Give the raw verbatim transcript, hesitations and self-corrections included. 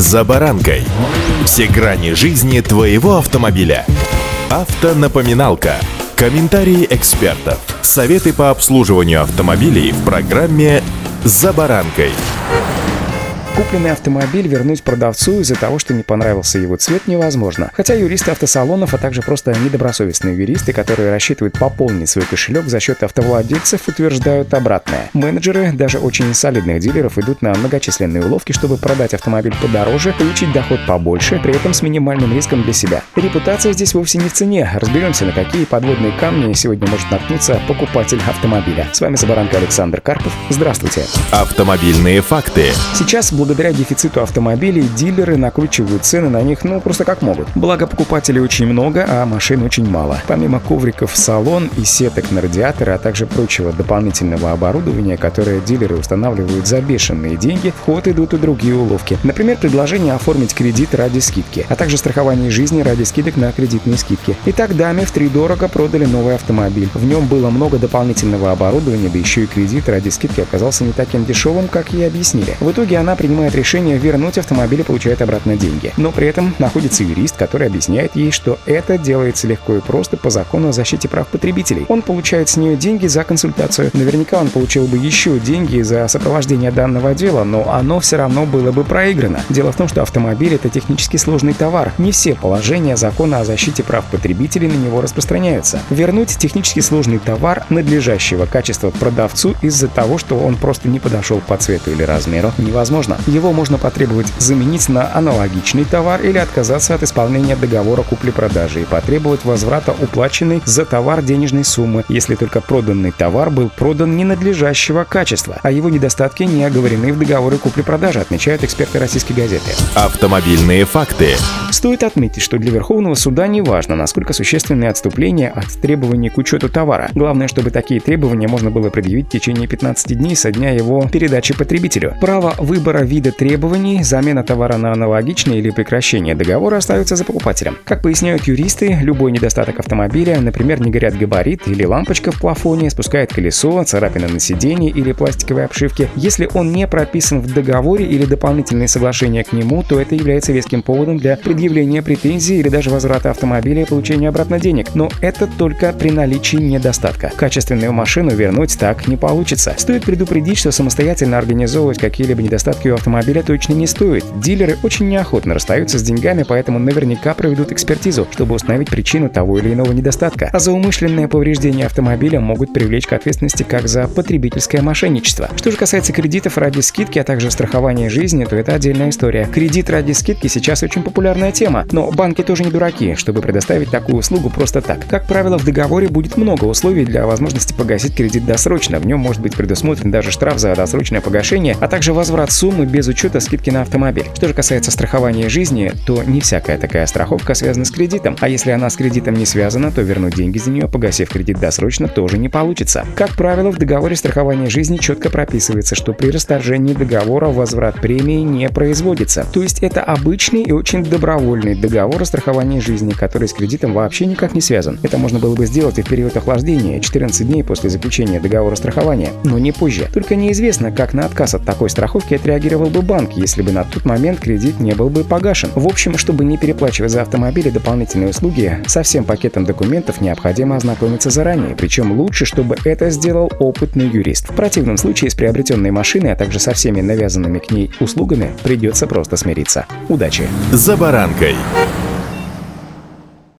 «За баранкой». Все грани жизни твоего автомобиля. Автонапоминалка. Комментарии экспертов. Советы по обслуживанию автомобилей в программе «За баранкой». Купленный автомобиль вернуть продавцу из-за того, что не понравился его цвет, невозможно. Хотя юристы автосалонов, а также просто недобросовестные юристы, которые рассчитывают пополнить свой кошелек за счет автовладельцев, утверждают обратное. Менеджеры даже очень солидных дилеров идут на многочисленные уловки, чтобы продать автомобиль подороже, получить доход побольше, при этом с минимальным риском для себя. Репутация здесь вовсе не в цене. Разберемся, на какие подводные камни сегодня может наткнуться покупатель автомобиля. С вами «За баранкой» Александр Карпов. Здравствуйте. Автомобильные факты. Сейчас, благодаря дефициту автомобилей, дилеры накручивают цены на них, ну, просто как могут. Благо, покупателей очень много, а машин очень мало. Помимо ковриков в салон и сеток на радиаторы, а также прочего дополнительного оборудования, которое дилеры устанавливают за бешеные деньги, в ход идут и другие уловки. Например, предложение оформить кредит ради скидки, а также страхование жизни ради скидок на кредитные скидки. Итак, даме втридорого продали новый автомобиль. В нем было много дополнительного оборудования, да еще и кредит ради скидки оказался не таким дешевым, как ей объяснили. В итоге она принимает решение вернуть автомобиль и получает обратно деньги. Но при этом находится юрист, который объясняет ей, что это делается легко и просто по закону о защите прав потребителей. Он получает с нее деньги за консультацию. Наверняка он получил бы еще деньги за сопровождение данного дела, но оно все равно было бы проиграно. Дело в том, что автомобиль — это технически сложный товар. Не все положения закона о защите прав потребителей на него распространяются. Вернуть технически сложный товар надлежащего качества продавцу из-за того, что он просто не подошел по цвету или размеру, невозможно. Его можно потребовать заменить на аналогичный товар или отказаться от исполнения договора купли-продажи и потребовать возврата уплаченной за товар денежной суммы, если только проданный товар был продан ненадлежащего качества, а его недостатки не оговорены в договоре купли-продажи, отмечают эксперты «Российской газеты». Автомобильные факты. Стоит отметить, что для Верховного суда не важно, насколько существенные отступления от требований к учету товара. Главное, чтобы такие требования можно было предъявить в течение пятнадцати дней со дня его передачи потребителю. Право выбора вида требований, замена товара на аналогичный или прекращение договора остаются за покупателем. Как поясняют юристы, любой недостаток автомобиля, например, не горят габарит или лампочка в плафоне, спускает колесо, царапина на сиденье или пластиковой обшивке, если он не прописан в договоре или дополнительные соглашения к нему, то это является веским поводом для предъявления претензий или даже возврата автомобиля и получения обратно денег. Но это только при наличии недостатка. Качественную машину вернуть так не получится. Стоит предупредить, что самостоятельно организовывать какие-либо недостатки у автомобиля точно не стоит. Дилеры очень неохотно расстаются с деньгами, поэтому наверняка проведут экспертизу, чтобы установить причину того или иного недостатка. А за умышленное повреждение автомобиля могут привлечь к ответственности как за потребительское мошенничество. Что же касается кредитов ради скидки, а также страхования жизни, то это отдельная история. Кредит ради скидки сейчас очень популярная тема, но банки тоже не дураки, чтобы предоставить такую услугу просто так. Как правило, в договоре будет много условий для возможности погасить кредит досрочно. В нем может быть предусмотрен даже штраф за досрочное погашение, а также возврат суммы без учета скидки на автомобиль. Что же касается страхования жизни, то не всякая такая страховка связана с кредитом. А если она с кредитом не связана, то вернуть деньги за нее, погасив кредит досрочно, тоже не получится. Как правило, в договоре страхования жизни четко прописывается, что при расторжении договора возврат премии не производится. То есть это обычный и очень добровольный договор о страховании жизни, который с кредитом вообще никак не связан. Это можно было бы сделать и в период охлаждения, четырнадцать дней после заключения договора страхования, но не позже. Только неизвестно, как на отказ от такой страховки отреагировал бы банк, если бы на тот момент кредит не был бы погашен. В общем, чтобы не переплачивать за автомобили дополнительные услуги, со всем пакетом документов необходимо ознакомиться заранее, причем лучше, чтобы это сделал опытный юрист. В противном случае с приобретенной машиной, а также со всеми навязанными к ней услугами придется просто смириться. Удачи! «За баранкой».